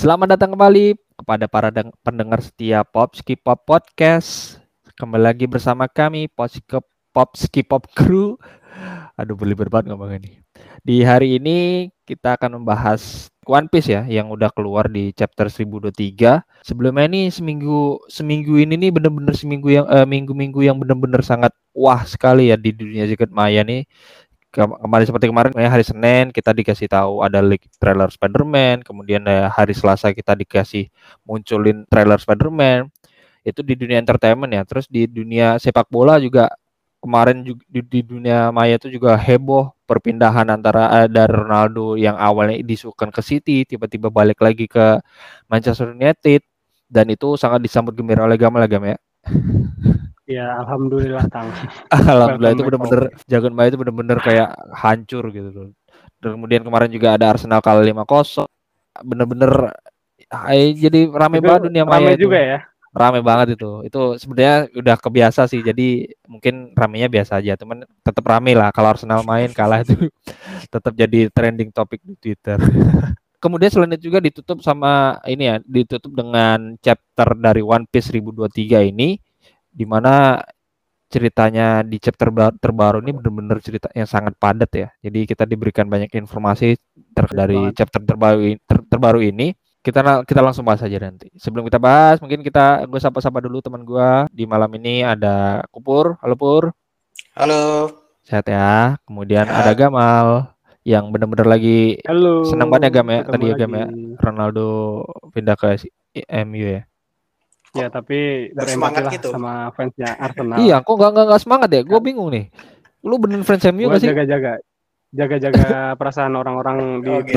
Selamat datang kembali kepada para pendengar setia Popski Pop Podcast. Kembali lagi bersama kami Popski Pop Crew. Aduh, belibet banget ngomong ini. Di hari ini kita akan membahas One Piece ya, yang udah keluar di chapter 1023. Sebelumnya ini seminggu ini nih bener-bener minggu-minggu yang bener-bener sangat wah sekali ya di dunia jagat maya nih. Kemarin seperti kemarin ya, hari Senin kita dikasih tahu ada leak trailer Spider-Man, kemudian hari Selasa kita dikasih munculin trailer Spider-Man. Itu di dunia entertainment ya. Terus di dunia sepak bola juga kemarin juga di dunia maya itu juga heboh perpindahan antara dari Ronaldo yang awalnya disukan ke City tiba-tiba balik lagi ke Manchester United, dan itu sangat disambut gembira oleh Gamal ya. Ya, alhamdulillah Tang. Alhamdulillah, itu Welcome back bener-bener home. Jagon Maya itu bener-bener kayak hancur gitu loh. Dan kemudian kemarin juga ada Arsenal kalah 5-0. Bener-bener jadi rame Itu banget dunia maya ramai itu. juga ya. Rame banget itu. Itu sebenarnya udah kebiasa sih. Jadi mungkin ramenya biasa aja. Temen tetap rame lah kalau Arsenal main kalah itu tetap jadi trending topik di Twitter. Kemudian selain itu juga ditutup dengan chapter dari One Piece 1023 ini, di mana ceritanya di chapter terbaru ini benar-benar cerita yang sangat padat ya. Jadi kita diberikan banyak informasi dari chapter terbaru ini. Kita langsung bahas aja nanti. Sebelum kita bahas, mungkin gue sapa-sapa dulu teman gue di malam ini. Ada Kupur. Halo Pur. Halo. Sehat ya. Kemudian ada Sehat. Gamal yang benar-benar lagi Halo. senang banget ya Gam ya. Ketemu Tadi ya Gam lagi. ya. Ronaldo pindah ke MU ya. Ya, tapi berempati lah gitu sama fansnya Arsenal. Iya, kok nggak semangat ya? Gue bingung nih. Lu bener fans MU Gue gak sih? jaga perasaan orang-orang di gitu.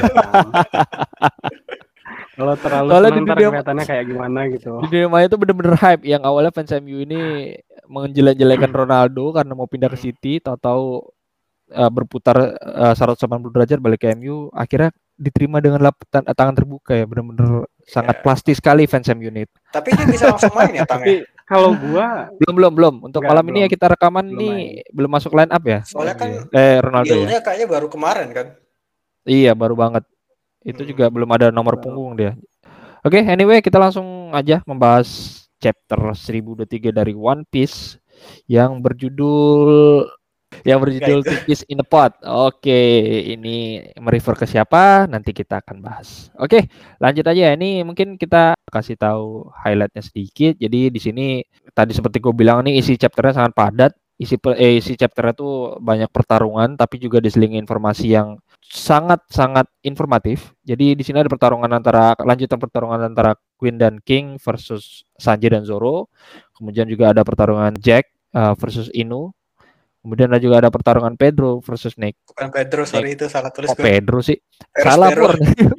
Kalau terlalu Soalnya senang ntar kelihatannya kayak gimana gitu. Di dunia maya itu bener-bener hype. Yang awalnya fans MU ini menjelek-jelekan Ronaldo karena mau pindah ke City, tahu-tahu berputar 180 derajat balik ke MU, akhirnya diterima dengan tangan terbuka ya. Bener-bener sangat plastis sekali fans MU ini. Tapi dia bisa langsung main ya, Tang ya? Kalau gua belum. Untuk malam ini ya kita rekaman nih belum masuk line up ya. Soalnya kan Ronaldo dealnya ya. kayaknya baru kemarin kan. Iya, baru banget. Itu juga belum ada nomor punggung dia. Oke, anyway, kita langsung aja membahas chapter 1023 dari One Piece yang berjudul Two Piece in a Pot. Oke, ini merefer ke siapa? Nanti kita akan bahas. Oke, lanjut aja. Ini mungkin kita kasih tahu highlightnya sedikit. Jadi di sini tadi seperti gue bilang nih, isi chapternya sangat padat. Isi chapternya tuh banyak pertarungan, tapi juga diselingi informasi yang sangat informatif. Jadi di sini ada lanjutan pertarungan antara Queen dan King versus Sanji dan Zoro. Kemudian juga ada pertarungan Jack versus Inu. Kemudian juga ada pertarungan Pedro versus Nick. Bukan Pedro, sorry itu salah tulis. Pedro sih. Salah Pur.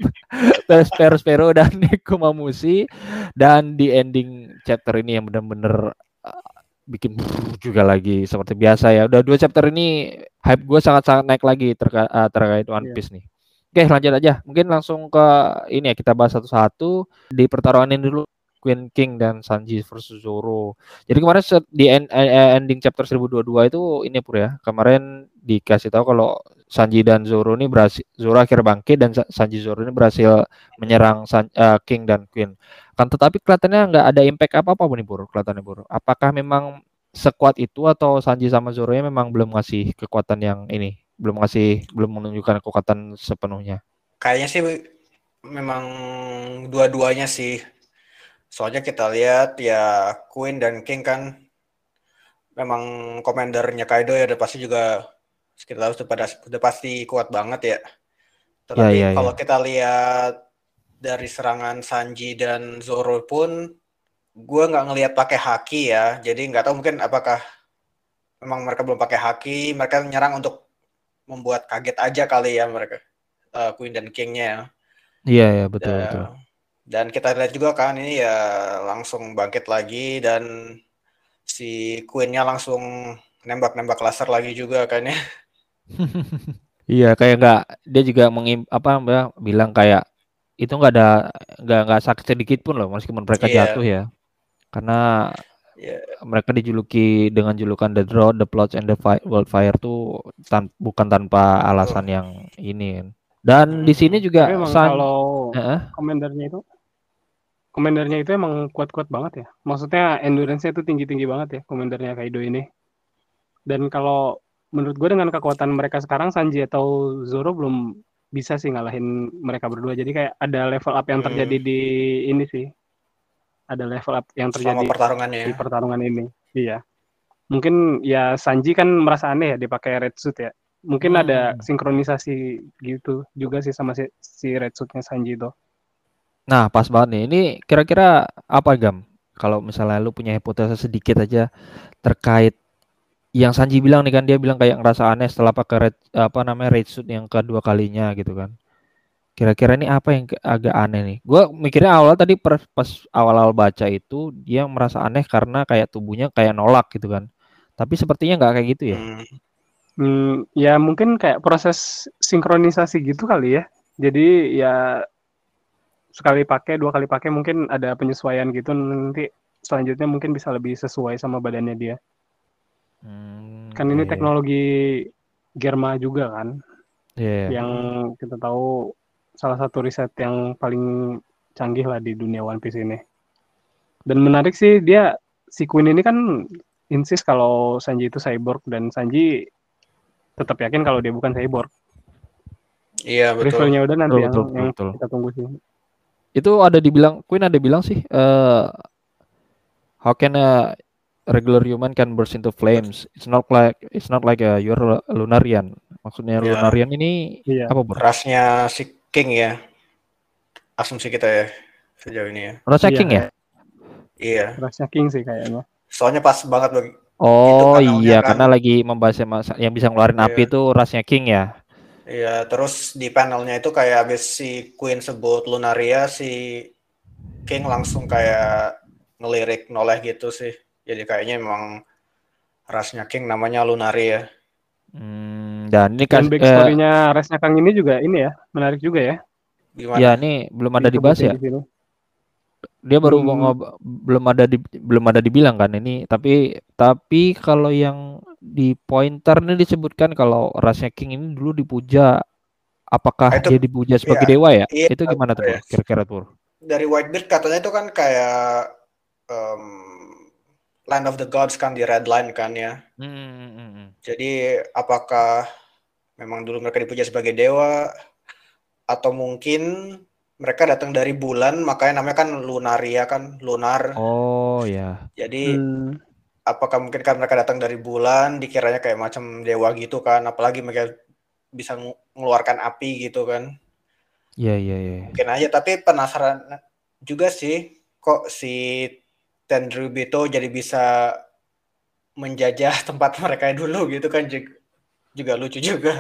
Pero dan Nekomamushi. Dan di ending chapter ini yang benar-benar bikin juga lagi seperti biasa ya. Udah 2 chapter ini hype gue sangat-sangat naik lagi terkait One Piece nih. Oke, lanjut aja. Mungkin langsung ke ini ya, kita bahas satu-satu. Di pertarungan ini dulu, Queen King dan Sanji versus Zoro. Jadi kemarin di ending chapter 1022 itu ini Pur ya. Kemarin dikasih tahu kalau Sanji dan Zoro ini Zoro akhirnya bangkit dan Sanji Zoro ini berhasil menyerang King dan Queen. Kan tetapi kelihatannya nggak ada impact apa-apa nih Pur, kelihatannya Pur. Apakah memang sekuat itu atau Sanji sama Zoro-nya memang belum ngasih kekuatan yang ini, belum menunjukkan kekuatan sepenuhnya? Kayaknya sih memang dua-duanya sih. Soalnya kita lihat ya Queen dan King kan memang komandernya Kaido ya, udah pasti juga kita tahu sudah pasti kuat banget ya. Tetapi kalau kita lihat dari serangan Sanji dan Zoro pun, gue nggak ngelihat pakai haki ya. Jadi nggak tahu mungkin apakah memang mereka belum pakai haki, mereka menyerang untuk membuat kaget aja kali ya mereka, Queen dan King-nya. Iya betul. Dan kita lihat juga kan ini ya langsung bangkit lagi dan si Queen-nya langsung nembak laser lagi juga kan ya. Iya, kayak dia juga bilang kayak itu nggak sakit sedikit pun loh meskipun mereka jatuh ya. Karena mereka dijuluki dengan julukan The Drought, The Plots, and The Wildfire tuh bukan tanpa alasan yang ini. Dan di sini Tapi juga emang kalau Heeh. komendernya itu emang kuat-kuat banget ya. Maksudnya endurance-nya itu tinggi-tinggi banget ya komendernya Kaido ini. Dan kalau menurut gue dengan kekuatan mereka sekarang Sanji atau Zoro belum bisa sih ngalahin mereka berdua. Jadi kayak ada level up yang terjadi di ini sih. Ada level up yang selama terjadi pertarungannya di ya. pertarungan ini. Iya. Mungkin ya Sanji kan merasa aneh ya dipakai red suit ya. Mungkin ada sinkronisasi gitu juga sih sama si red suitnya Sanji itu. Nah, pas banget nih. Ini kira-kira apa, Gam? Kalau misalnya lu punya hipotesa sedikit aja terkait yang Sanji bilang nih kan, dia bilang kayak ngerasa aneh setelah pakai red suit yang kedua kalinya gitu kan. Kira-kira ini apa yang agak aneh nih? Gue mikirnya awal tadi pas awal-awal baca itu dia merasa aneh karena kayak tubuhnya kayak nolak gitu kan. Tapi sepertinya nggak kayak gitu ya. Ya mungkin kayak proses sinkronisasi gitu kali ya. Jadi ya sekali pakai, dua kali pakai mungkin ada penyesuaian gitu, nanti selanjutnya mungkin bisa lebih sesuai sama badannya dia. Kan ini Iya, iya. teknologi Germa juga kan, Iya, iya. yang kita tahu salah satu riset yang paling canggih lah di dunia One Piece ini. Dan menarik sih dia, si Queen ini kan insist kalau Sanji itu cyborg, dan Sanji tetap yakin kalau dia bukan cyborg. Iya betul. Reveal-nya udah nanti Betul, yang betul. kita tunggu sih. Itu ada dibilang Queen ada bilang sih how can a regular human can burst into flames? It's not like you're a Lunarian. Maksudnya Ya, Lunarian ini Iya. apa, Bro? rasnya si King ya. Asumsi kita ya sejauh ini ya. Rasa Iya, King ya? Iya. Rasanya King sih kayaknya. Soalnya pas banget itu Oh panelnya iya, kan. karena lagi membahas yang bisa ngeluarin api Iya. itu rasnya King ya. Iya, terus di panelnya itu kayak abis si Queen sebut Lunaria, si King langsung kayak ngelirik noleh gitu sih. Jadi kayaknya memang rasnya King namanya Lunaria. Dan ini Dan backstory-nya Resnya Kang ini juga ini ya, menarik juga ya. Gimana? ya ini belum ada dibahas ya. Di sini. Dia baru belum ada dibilang kan ini, tapi kalau yang di pointer ini disebutkan kalau rasnya King ini dulu dipuja. Apakah Itu dia dipuja sebagai iya, dewa ya? iya, Itu gimana tuh, Bro? Kira-kira tuh. dari Whitebeard katanya itu kan kayak Land of the Gods kan di Red Line kan ya. Jadi apakah memang dulu mereka dipuja sebagai dewa atau mungkin mereka datang dari bulan, makanya namanya kan Lunaria kan, lunar. Oh ya. Jadi apakah mungkin kan mereka datang dari bulan, dikiranya kayak macam dewa gitu kan, apalagi mereka bisa mengeluarkan api gitu kan. Iya. Mungkin aja, tapi penasaran juga sih kok si Tenryubito jadi bisa menjajah tempat mereka dulu gitu kan, juga lucu juga.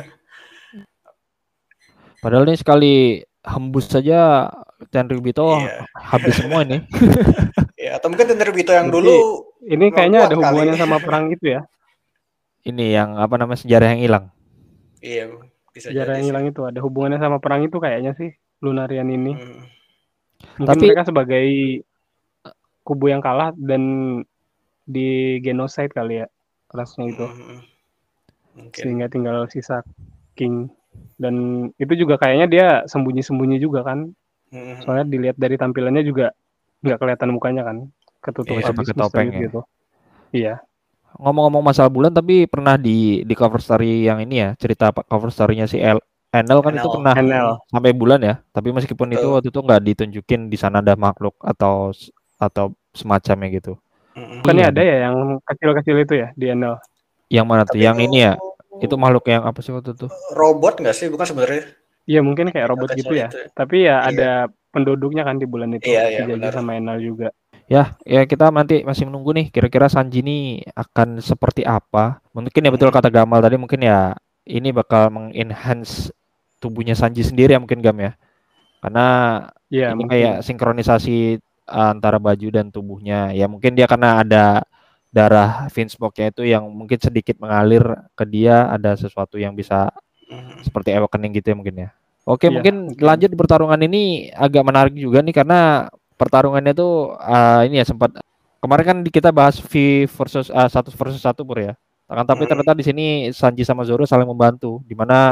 Padahal ini sekali hembus saja Tenryubito habis semua ini. Ya, atau mungkin Tenryubito yang dulu ini kayaknya ada hubungannya sama perang itu ya. Ini yang apa namanya, sejarah yang hilang. Iya, bisa sejarah yang hilang itu ada hubungannya sama perang itu kayaknya sih, Lunarian ini. Mungkin mereka sebagai kubu yang kalah dan di genocide kali ya rasnya itu. Sehingga tinggal sisa King. Dan itu juga kayaknya dia sembunyi-sembunyi juga kan. Soalnya dilihat dari tampilannya juga nggak kelihatan mukanya kan. Ketutup habis topeng gitu. Iya. Ngomong-ngomong masalah bulan, tapi pernah di cover story yang ini ya, cerita cover story-nya si Enel kan itu pernah sampai bulan ya. Tapi meskipun itu waktu itu nggak ditunjukin di sana ada makhluk atau semacamnya gitu. Bukannya ada ya yang kecil-kecil itu ya di Enel? Yang mana tuh? Yang ini ya? Itu makhluk yang apa sih waktu itu? Robot nggak sih? Bukan sebenarnya? Iya mungkin kayak robot gitu ya. Tapi ya ada penduduknya kan di bulan itu. Iya, Dijajah sama Enel juga. Ya kita nanti masih menunggu nih kira-kira Sanji ini akan seperti apa. Mungkin ya betul kata Gamal tadi, mungkin ya ini bakal mengenhance tubuhnya Sanji sendiri ya mungkin, Gam ya. Karena ini mungkin. kayak sinkronisasi antara baju dan tubuhnya. Ya mungkin dia karena ada darah Vinsmoke-nya itu yang mungkin sedikit mengalir ke dia, ada sesuatu yang bisa seperti awakening gitu ya mungkin ya. Oke, mungkin lanjut di pertarungan ini agak menarik juga nih karena pertarungannya tuh ini ya sempat kemarin kan kita bahas V versus 1 versus 1 Pur ya. Tapi ternyata di sini Sanji sama Zoro saling membantu, di mana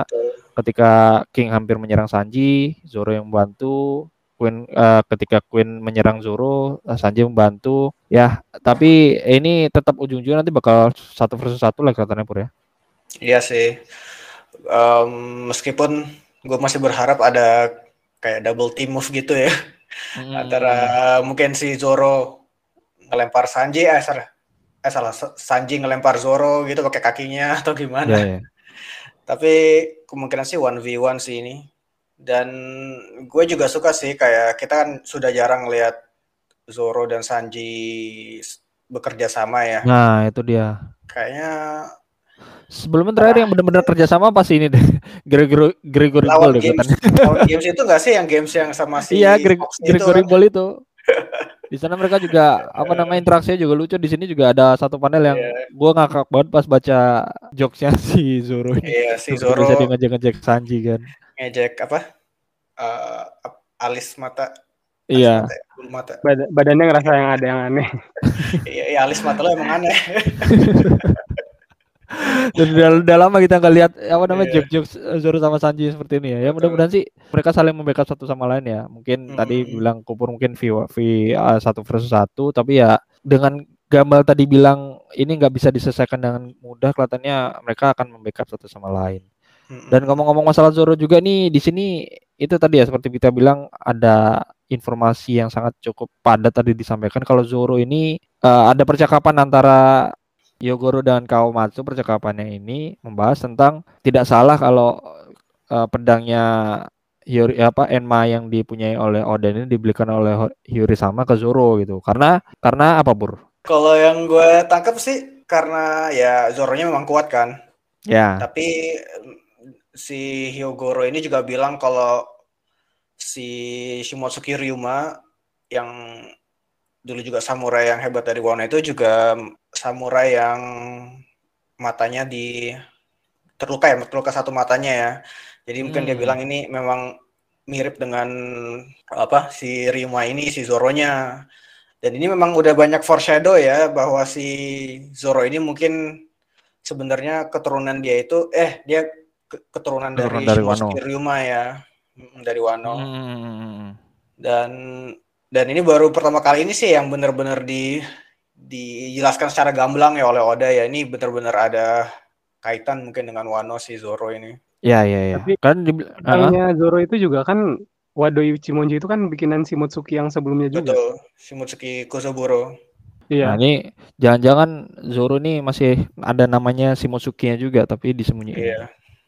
ketika King hampir menyerang Sanji, Zoro yang membantu. Ketika Queen menyerang Zoro, Sanji membantu. Ya, tapi ini tetap ujung-ujungnya nanti bakal 1 versus 1 lah kelihatannya Pur ya. Iya sih. Meskipun gue masih berharap ada kayak double team move gitu ya. Antara mungkin si Zoro ngelempar Sanji, Sanji ngelempar Zoro gitu pakai kakinya atau gimana. Yeah. Tapi kemungkinan sih 1v1 sih ini. Dan gue juga suka sih kayak kita kan sudah jarang lihat Zoro dan Sanji bekerja sama ya. Nah, itu dia. Kayaknya sebelumnya terakhir yang benar-benar kerjasama pas ini deh. Gregory Ball deh katanya. Games itu nggak sih yang games yang sama si iya, Gregory Ball itu. Di sana mereka juga interaksinya juga lucu. Di sini juga ada satu panel yang gue ngakak banget pas baca jokesnya si Zoro ini. Iya, si Zoro bisa dia ngejek Sanji kan. Ngejek apa? Alis mata. Iya. Mata. Badannya ngerasa yang ada yang aneh. Iya, alis mata lo emang aneh. Dan udah lama kita nggak lihat jokes Zoro sama Sanji seperti ini ya. Ya mudah-mudahan sih mereka saling membackup satu sama lain ya. Mungkin tadi bilang Kupur mungkin 1 versus 1, tapi ya dengan Gamal tadi bilang ini nggak bisa diselesaikan dengan mudah, kelihatannya mereka akan membackup satu sama lain. Dan ngomong-ngomong masalah Zoro juga nih, di sini itu tadi ya seperti kita bilang ada informasi yang sangat cukup padat tadi disampaikan kalau Zoro ini ada percakapan antara Hyogoro dan Kawamatsu. Percakapannya ini membahas tentang tidak salah kalau pedangnya Enma yang dipunyai oleh Oden ini dibelikan oleh Hyuri sama ke Zoro gitu. Karena apa, Bur? Kalau yang gue tangkap sih karena ya Zoro-nya memang kuat kan. Ya. Tapi si Hyogoro ini juga bilang kalau si Shimotsuki Ryuma yang dulu juga samurai yang hebat dari Wano itu juga samurai yang matanya terluka satu matanya ya. Jadi mungkin dia bilang ini memang mirip dengan si Ryuma ini, si Zoro-nya. Dan ini memang udah banyak foreshadow ya bahwa si Zoro ini mungkin sebenarnya keturunan dia itu dia keturunan dari Shimotsuki Ryuma ya, dari Wano. Dan ini baru pertama kali ini sih yang benar-benar dijelaskan secara gamblang ya oleh Oda ya. Ini benar-benar ada kaitan mungkin dengan Wano si Zoro ini. Iya. Tapi kan Zoro itu juga kan Wado Ichimonji itu kan bikinan Shimotsuki yang sebelumnya juga. Betul, Shimotsuki Kozoburo. Iya. Nah ini jangan-jangan Zoro ini masih ada namanya Shimotsuki-nya juga tapi disembunyiin. Iya.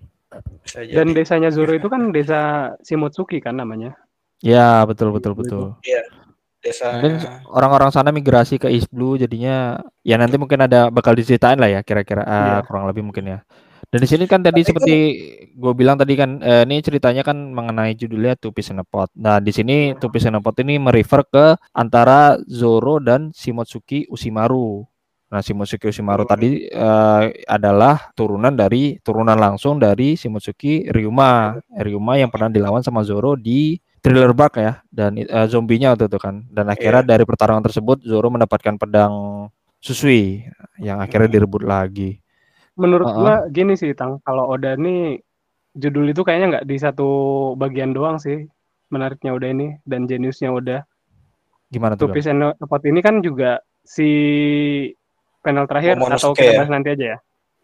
Dan desanya Zoro itu kan desa Shimotsuki kan namanya. Ya betul. Iya. Desa. Mungkin orang-orang sana migrasi ke East Blue jadinya ya nanti mungkin bakal diceritain lah ya kira-kira kurang lebih mungkin ya. Dan di sini kan tadi seperti gue bilang tadi kan ini ceritanya kan mengenai judulnya Two Piece in a Pot. Nah di sini Two Piece in a Pot ini merefer ke antara Zoro dan Shimotsuki Ushimaru. Nah Shimotsuki Ushimaru tadi adalah turunan langsung dari Shimotsuki Ryuma yang pernah dilawan sama Zoro di Thriller Bark ya, dan zombinya waktu itu kan. Dan akhirnya dari pertarungan tersebut Zoro mendapatkan pedang Susui yang akhirnya direbut lagi. Menurut gua gini sih Tang, kalau Oda nih judul itu kayaknya nggak di satu bagian doang sih menariknya Oda ini dan jeniusnya Oda. Gimana tuh? Two Piece in a Pot ini kan juga si panel terakhir atau kita bahas nanti aja ya.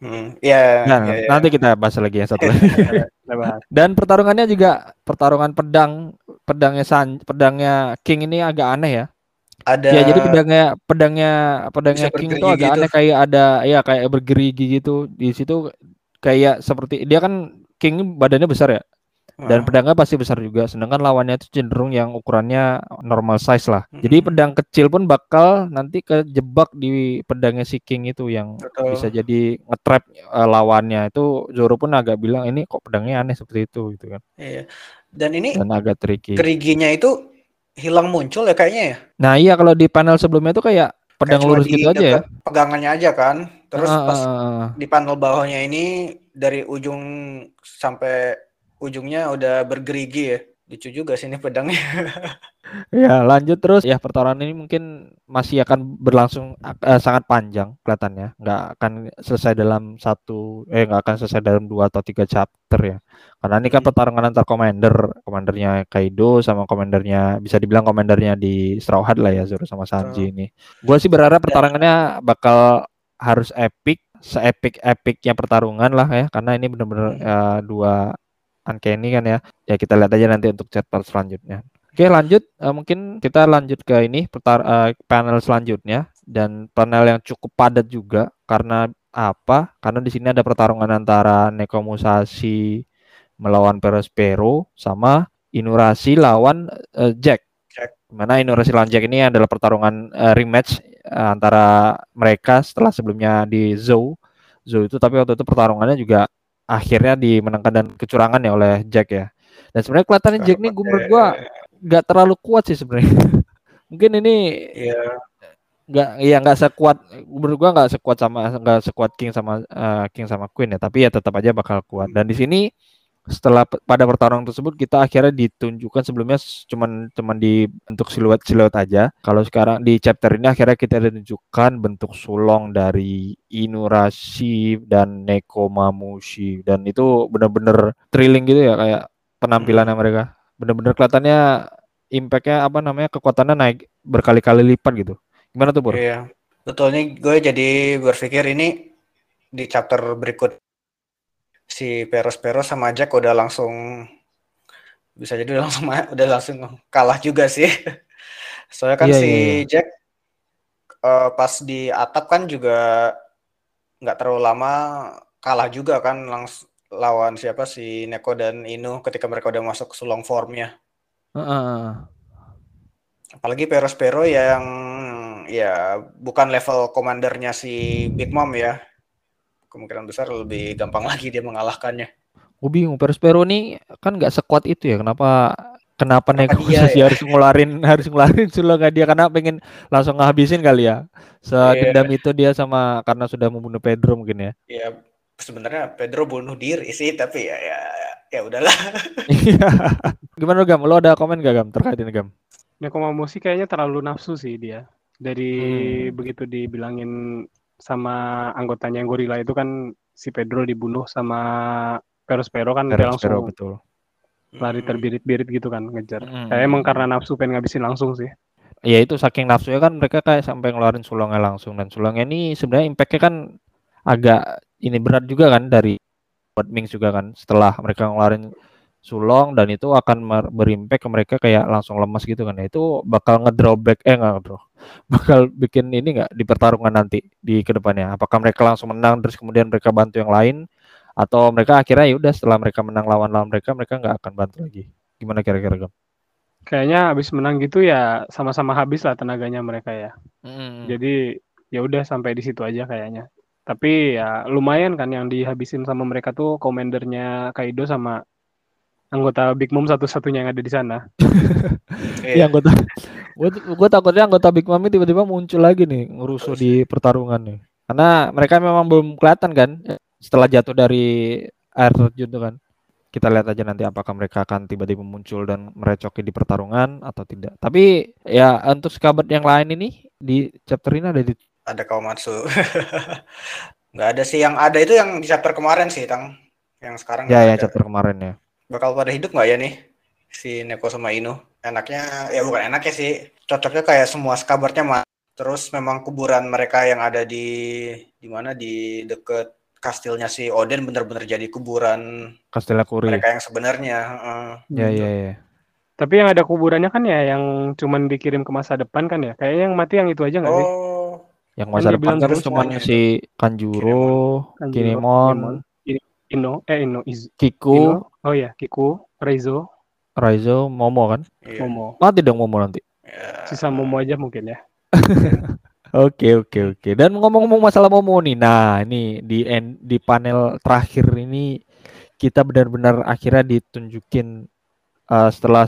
Nanti kita bahas lagi yang satu lagi. Dan pertarungannya juga pertarungan pedangnya King ini agak aneh ya. Ya jadi pedangnya King itu agak aneh, kayak ada kayak bergerigi gitu. Di situ kayak seperti dia kan King badannya besar ya. Dan pedangnya pasti besar juga, sedangkan lawannya itu cenderung yang ukurannya normal size lah. Jadi pedang kecil pun bakal nanti kejebak di pedangnya si King itu yang bisa jadi nge-trap lawannya. Itu Zoro pun agak bilang ini kok pedangnya aneh seperti itu gitu kan. Iya. Dan agak tricky. Geriginya itu hilang muncul ya kayaknya ya. Nah iya, kalau di panel sebelumnya itu kayak pedang lurus gitu aja ya. Pegangannya aja kan. Terus pas di panel bawahnya ini dari ujung sampai ujungnya udah bergerigi ya. Lucu juga sih ini pedangnya. Ya, lanjut terus. Ya, pertarungan ini mungkin masih akan berlangsung sangat panjang kelihatannya. Nggak akan selesai dalam 2 atau 3 chapter ya. Karena ini kan pertarungan antar komandernya Kaido sama komandernya, bisa dibilang komandernya di Straw Hat lah ya, Zoro sama Sanji ini. Gue sih berharap pertarungannya bakal harus epic, seepik-epiknya pertarungan lah ya, karena ini benar-benar dua uncanny kan ya. Ya kita lihat aja nanti untuk chapter selanjutnya. Oke, lanjut. Mungkin kita lanjut ke ini panel selanjutnya, dan panel yang cukup padat juga karena apa? Karena di sini ada pertarungan antara Nekomusashi melawan Perospero sama Inurashi lawan Jack. Mana Inurashi lawan Jack ini adalah pertarungan rematch antara mereka setelah sebelumnya di Zou itu, tapi waktu itu pertarungannya juga akhirnya dimenangkan dan kecurangan ya oleh Jack ya. Dan sebenarnya kelihatannya Jack ini menurut gua nggak terlalu kuat sih sebenarnya. Mungkin ini nggak sekuat, menurut gua nggak sekuat King sama Queen ya, tapi ya tetap aja bakal kuat. Dan di sini setelah pada pertarungan tersebut kita akhirnya ditunjukkan, sebelumnya cuman di bentuk siluet aja. Kalau sekarang di chapter ini akhirnya kita ditunjukkan bentuk sulong dari Inurashi dan Nekomamushi, dan itu benar-benar thrilling gitu ya, kayak penampilannya mereka. Benar-benar kelihatannya impact-nya kekuatannya naik berkali-kali lipat gitu. Gimana tuh, Bor? Iya, betul nih, gue jadi berpikir ini di chapter berikut si Peros sama Jack udah langsung kalah juga sih. Soalnya kan si Jack pas di atap kan juga nggak terlalu lama kalah juga kan, langsung lawan siapa si Neko dan Inu ketika mereka udah masuk sulong formnya. Apalagi Perospero yang ya bukan level komandernya si Big Mom ya. Kemungkinan besar lebih gampang lagi dia mengalahkannya. Gue bingung, Perospero nih kan nggak sekuat itu ya. Kenapa negosiasi harus ngeluarin sulung dia, karena pengen langsung ngabisin kali ya. Sedendam itu dia sama, karena sudah membunuh Pedro mungkin ya. Iya, sebenarnya Pedro bunuh diri sih, tapi ya udahlah. Gimana Gam? Lo ada komen gak Gam terkait ini Gam? Nekomamushi kayaknya terlalu nafsu sih dia. Dari begitu dibilangin sama anggotanya yang gorila itu kan si Pedro dibunuh sama Perospero kan, dia langsung betul. lari terbirit-birit gitu kan ngejar. Kayak emang karena nafsu pengen ngabisin langsung sih. Ya itu saking nafsunya kan mereka kayak sampai ngeluarin sulongnya langsung, dan sulongnya ini sebenarnya impactnya kan agak ini berat juga kan dari buat Mings juga kan, setelah mereka ngeluarin sulong dan itu akan berimpact ke mereka kayak langsung lemas gitu kan ya. Itu bakal bakal bikin ini nggak di pertarungan nanti di kedepannya, apakah mereka langsung menang terus kemudian mereka bantu yang lain, atau mereka akhirnya ya udah setelah mereka menang lawan mereka nggak akan bantu lagi. Gimana kira-kira Gam? Kayaknya habis menang gitu ya sama-sama habis lah tenaganya mereka ya. Jadi ya udah sampai di situ aja kayaknya. Tapi ya lumayan kan yang dihabisin sama mereka tuh komandernya Kaido sama anggota Big Mom satu-satunya yang ada di sana. Iya, gue takutnya anggota Big Mom tiba-tiba muncul lagi nih ngerusuh di pertarungan nih. Karena mereka memang belum kelihatan kan setelah jatuh dari air terjun tuh kan. Kita lihat aja nanti apakah mereka akan tiba-tiba muncul dan merecoki di pertarungan atau tidak. Tapi ya untuk sekabat yang lain ini di chapter ini ada Kawamatsu. Nggak ada sih, yang ada itu yang di chapter kemarin sih, Tang. Yang sekarang ya chapter kemarin ya. Bakal pada hidup nggak ya nih si Neko sama Inu? Enaknya ya bukan enaknya sih, cocoknya kayak semua sekabarnya mah. Terus memang kuburan mereka yang ada di mana di deket kastilnya si Oden benar-benar jadi kuburan Kastilnya Kuri. Mereka yang sebenarnya. Ya. Tapi yang ada kuburannya kan ya yang cuman dikirim ke masa depan kan ya. Kayaknya yang mati yang itu aja nggak sih? Yang masa depan kan cuman si Kanjuro, Kinemon, Kiku. Oh ya, Kiku, Raizo, Momo kan? Momo. Mati dong Momo nanti. Sisa Momo aja mungkin ya. Oke. Dan ngomong-ngomong masalah Momo nih, nah ini di panel terakhir ini kita benar-benar akhirnya ditunjukin setelah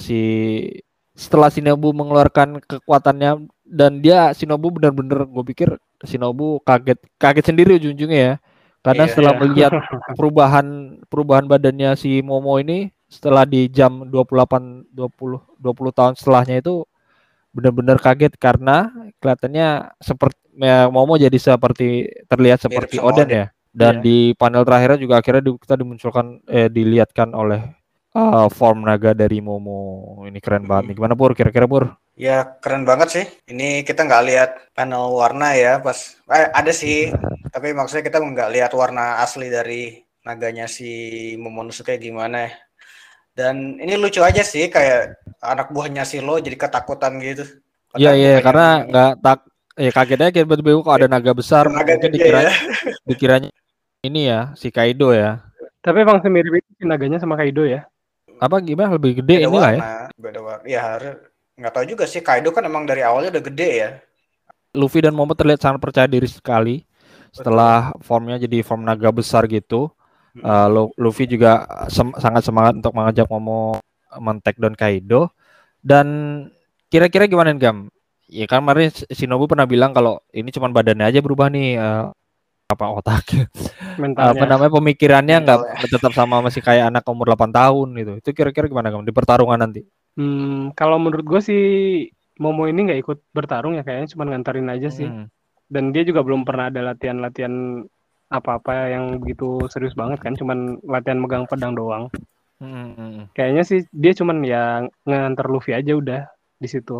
Shinobu mengeluarkan kekuatannya, dan Shinobu benar-benar, gue pikir Shinobu kaget sendiri ujung-ujungnya ya, karena setelah melihat perubahan badannya si Momo ini setelah di jam 28 20 tahun setelahnya itu benar-benar kaget karena kelihatannya seperti ya, Momo jadi seperti terlihat Mirip seperti sama Oden Oden. ya. Dan Iya. di panel terakhirnya juga akhirnya kita dimunculkan dilihatkan oleh form naga dari Momo. Ini keren banget nih. Gimana Pur? Kira-kira Pur? Ya keren banget sih. Ini kita nggak lihat panel warna ya pas. Ada sih, tapi maksudnya kita nggak lihat warna asli dari naganya si Momonosuke kayak gimana ya. Dan ini lucu aja sih, kayak anak buahnya si Lo jadi ketakutan gitu. Iya Padahal iya bukannya karena nggak tak kagetnya tiba-tiba kok ada naga besar naga mungkin gede ya. dikiranya ini ya si Kaido ya. Tapi emang semirip itu sih naganya sama Kaido ya. Apa gimana lebih gede Beda inilah ya. warna, beda warna. Ya nggak tahu juga sih. Kaido kan emang dari awalnya udah gede ya. Luffy dan Momo terlihat sangat percaya diri sekali Betul. setelah formnya jadi form naga besar gitu. Mm-mm. Luffy juga sangat semangat untuk mengajak Momo men-take down Kaido. Dan kira-kira gimana nih Gam? Ya kan kemarin Shinobu pernah bilang kalau ini cuma badannya aja berubah nih apa otaknya. Apa Mentalnya. namanya pemikirannya nggak Mentalnya. tetap sama masih kayak anak umur 8 tahun gitu. Itu kira-kira gimana Gam di pertarungan nanti? Kalau menurut gue sih Momo ini nggak ikut bertarung ya, kayaknya cuma nganterin aja sih. Hmm. Dan dia juga belum pernah ada latihan-latihan apa-apa yang begitu serius banget kan, cuman latihan megang pedang doang. Hmm. Kayaknya sih dia cuman ya nganter Luffy aja udah di situ.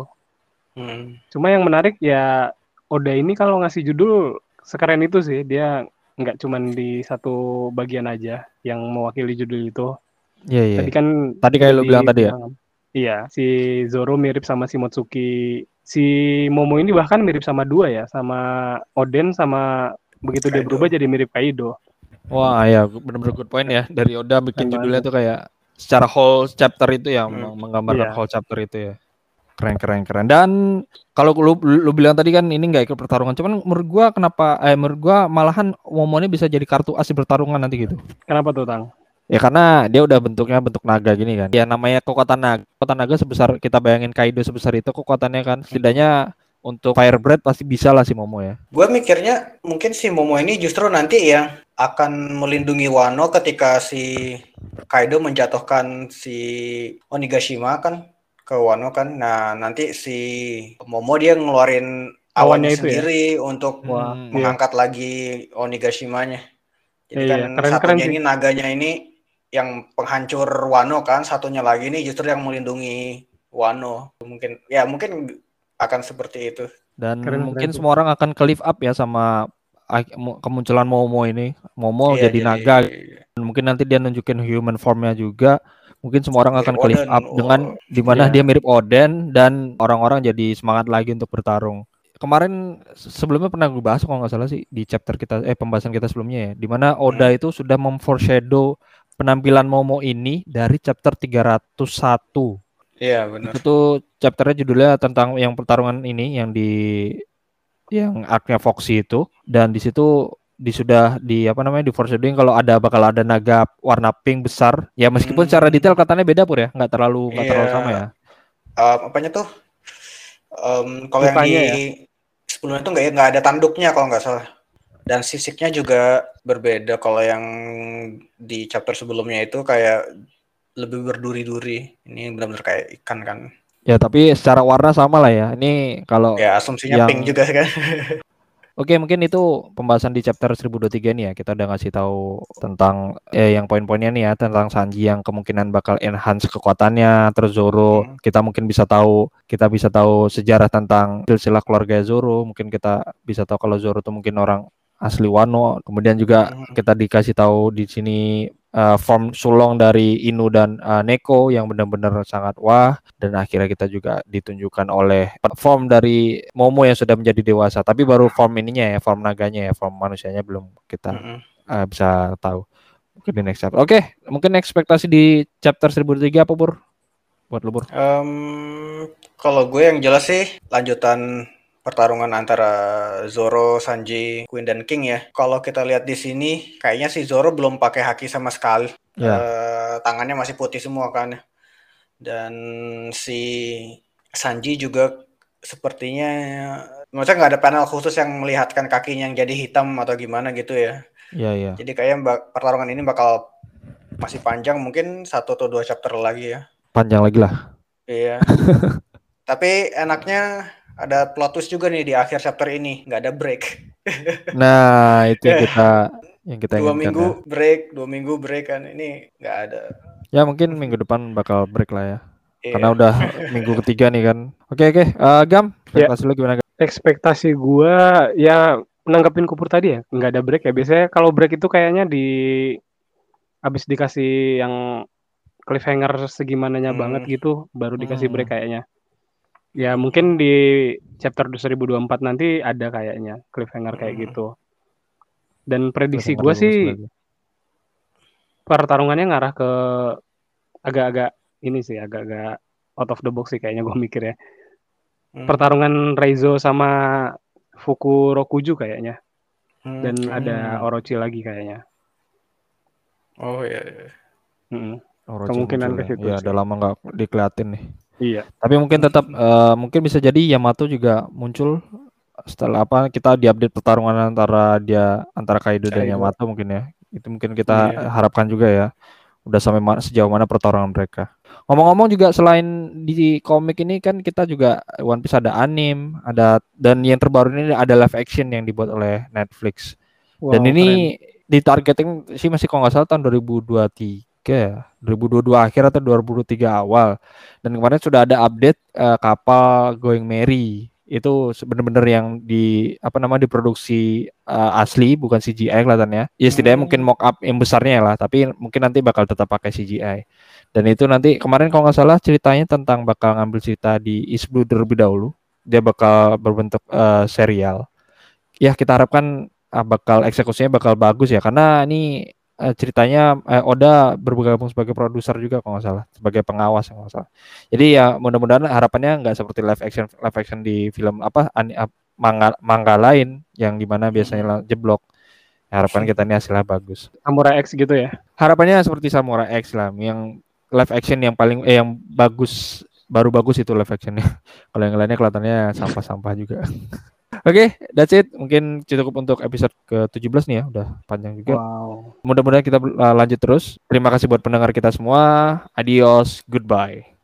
Cuma yang menarik ya Oda ini kalau ngasih judul sekeren itu sih, dia nggak cuman di satu bagian aja yang mewakili judul itu. Iya iya. Tadi kan Tadi kayak udah lu bilang tadi ya. dibilang. Iya, si Zoro mirip sama si Motsuki. Si Momo ini bahkan mirip sama dua ya, sama Oden sama begitu dia Kaido. berubah jadi mirip Kaido. Wah ya benar-benar good point ya dari Oda bikin Keren judulnya banget. tuh kayak secara whole chapter itu ya menggambarkan Iya. whole chapter itu ya keren. Dan kalau lu bilang tadi kan ini nggak ikut pertarungan, cuman menurut gua menurut gua malahan Momo ini bisa jadi kartu as di pertarungan nanti gitu. Kenapa tuh, Tang? Ya karena dia udah bentuknya bentuk naga gini kan. Ya namanya kekuatan naga sebesar kita bayangin Kaido sebesar itu kekuatannya kan setidaknya untuk Fire Breath pasti bisa lah si Momo ya. Gue mikirnya mungkin si Momo ini justru nanti yang akan melindungi Wano ketika si Kaido menjatuhkan si Onigashima kan ke Wano kan. Nah nanti si Momo dia ngeluarin awannya Awannya itu ya? sendiri untuk Wah, iya. mengangkat lagi Onigashimanya. Jadi kan Iya, keren-keren satunya sih. ini naganya ini yang penghancur Wano kan, satunya lagi ini justru yang melindungi Wano. Mungkin akan seperti itu. Dan Keren-keren mungkin sih. semua orang akan ke live up ya sama kemunculan Momo ini. Momo Iya jadi jadi naga dan mungkin nanti dia nunjukin human formnya juga. Mungkin semua orang mirip akan ke live Oden. up dengan dimana dia Iya. mirip Oden dan orang-orang jadi semangat lagi untuk bertarung. Kemarin sebelumnya pernah gue bahas kalau nggak salah sih di chapter kita pembahasan kita sebelumnya ya, dimana Oda itu sudah memforeshadow penampilan Momo ini dari chapter 301. Iya benar. Itu tuh chapternya judulnya tentang yang pertarungan ini yang arc-nya Foxy itu dan di situ sudah di apa namanya di foreshadowing kalau bakal ada naga warna pink besar ya meskipun secara detail katanya beda Pur ya nggak terlalu sama ya. Apanya tuh? Kalau yang di Mukanya ya. sebelumnya tuh nggak ada tanduknya kalau nggak salah. Dan sisiknya juga berbeda. Kalau yang di chapter sebelumnya itu kayak lebih berduri-duri. Ini benar-benar kayak ikan kan. Ya tapi secara warna sama lah ya. Ini kalau Ya asumsinya pink yang juga kan. Oke, mungkin itu pembahasan di chapter 1023 nih ya. Kita udah ngasih tahu tentang yang poin-poinnya nih ya tentang Sanji yang kemungkinan bakal enhance kekuatannya. Terus Zoro, kita bisa tahu sejarah tentang silsilah keluarga Zoro. Mungkin kita bisa tahu kalau Zoro itu mungkin orang asli Wano. Kemudian juga kita dikasih tahu di sini form sulong dari Inu dan Neko yang benar-benar sangat wah. Dan akhirnya kita juga ditunjukkan oleh form dari Momo yang sudah menjadi dewasa. Tapi baru form ininya ya, form naganya ya, form manusianya belum kita bisa tahu. Mungkin di next chapter. Oke, mungkin ekspektasi di chapter 1003 apa Pur? Buat lu Pur? Kalau gue yang jelas sih lanjutan pertarungan antara Zoro, Sanji, Queen dan King ya. Kalau kita lihat di sini, kayaknya si Zoro belum pakai haki sama sekali. Tangannya masih putih semua kan. Dan si Sanji juga sepertinya, maksudnya nggak ada panel khusus yang melihatkan kakinya yang jadi hitam atau gimana gitu ya. Iya. Jadi kayaknya pertarungan ini bakal masih panjang, mungkin 1 atau 2 chapter lagi ya. Panjang lagi lah. Iya. Tapi enaknya ada plot twist juga nih di akhir chapter ini, nggak ada break. Nah, itu yang kita 2 inginkan minggu ya. break, 2 minggu break kan, ini nggak ada. Ya mungkin minggu depan bakal break lah ya. Iya. Karena udah minggu ketiga nih kan. Oke. Gam, ekspektasi lu gimana? Ekspektasi gua ya menanggapin Kupur tadi ya, nggak ada break ya. Biasanya kalau break itu kayaknya habis dikasih yang cliffhanger segimananya banget gitu, baru dikasih break kayaknya. Ya mungkin di chapter 2024 nanti ada kayaknya cliffhanger kayak gitu. Dan prediksi gue sih pertarungannya ngarah ke agak-agak ini sih, agak-agak out of the box sih kayaknya gue mikir ya. Pertarungan Reizo sama Fukurokuju kayaknya. Dan ada Orochi lagi kayaknya. Oh iya. Kemungkinan ke situ ya, sih. udah lama nggak dikeliatin nih. Iya. Tapi mungkin tetap mungkin bisa jadi Yamato juga muncul setelah kita diupdate pertarungan antara Kaido dan Yamato mungkin ya. Itu mungkin kita harapkan juga ya. Udah sampai sejauh mana pertarungan mereka. Ngomong-ngomong juga selain di komik ini kan kita juga One Piece ada anime, dan yang terbaru ini ada live action yang dibuat oleh Netflix. Wow, dan ini ditargeting sih masih kalau nggak salah tahun 2023 ya, 2022 akhir atau 2023 awal. Dan kemarin sudah ada update kapal Going Merry. Itu benar-benar yang diproduksi asli, bukan CGI kelihatannya. Ya setidaknya mungkin mock up yang besarnya lah, tapi mungkin nanti bakal tetap pakai CGI. Dan itu nanti kemarin kalau nggak salah ceritanya tentang bakal ngambil cerita di East Blue terlebih dahulu. Dia bakal berbentuk serial. Ya kita harapkan bakal eksekusinya bakal bagus ya, karena ini ceritanya Oda bergabung sebagai produser juga kalau nggak salah, sebagai pengawas kalau nggak salah. Jadi ya mudah-mudahan harapannya nggak seperti live action di film manga lain yang dimana biasanya jeblok. Harapan kita ini hasilnya bagus. Samurai X gitu ya. Harapannya seperti Samurai X lah, yang live action yang paling yang bagus, baru bagus itu live actionnya. Kalau yang lainnya kelihatannya sampah-sampah juga. Oke, that's it. Mungkin cukup untuk episode ke-17 nih ya, udah panjang juga. Wow. Mudah-mudahan kita lanjut terus. Terima kasih buat pendengar kita semua. Adios, goodbye.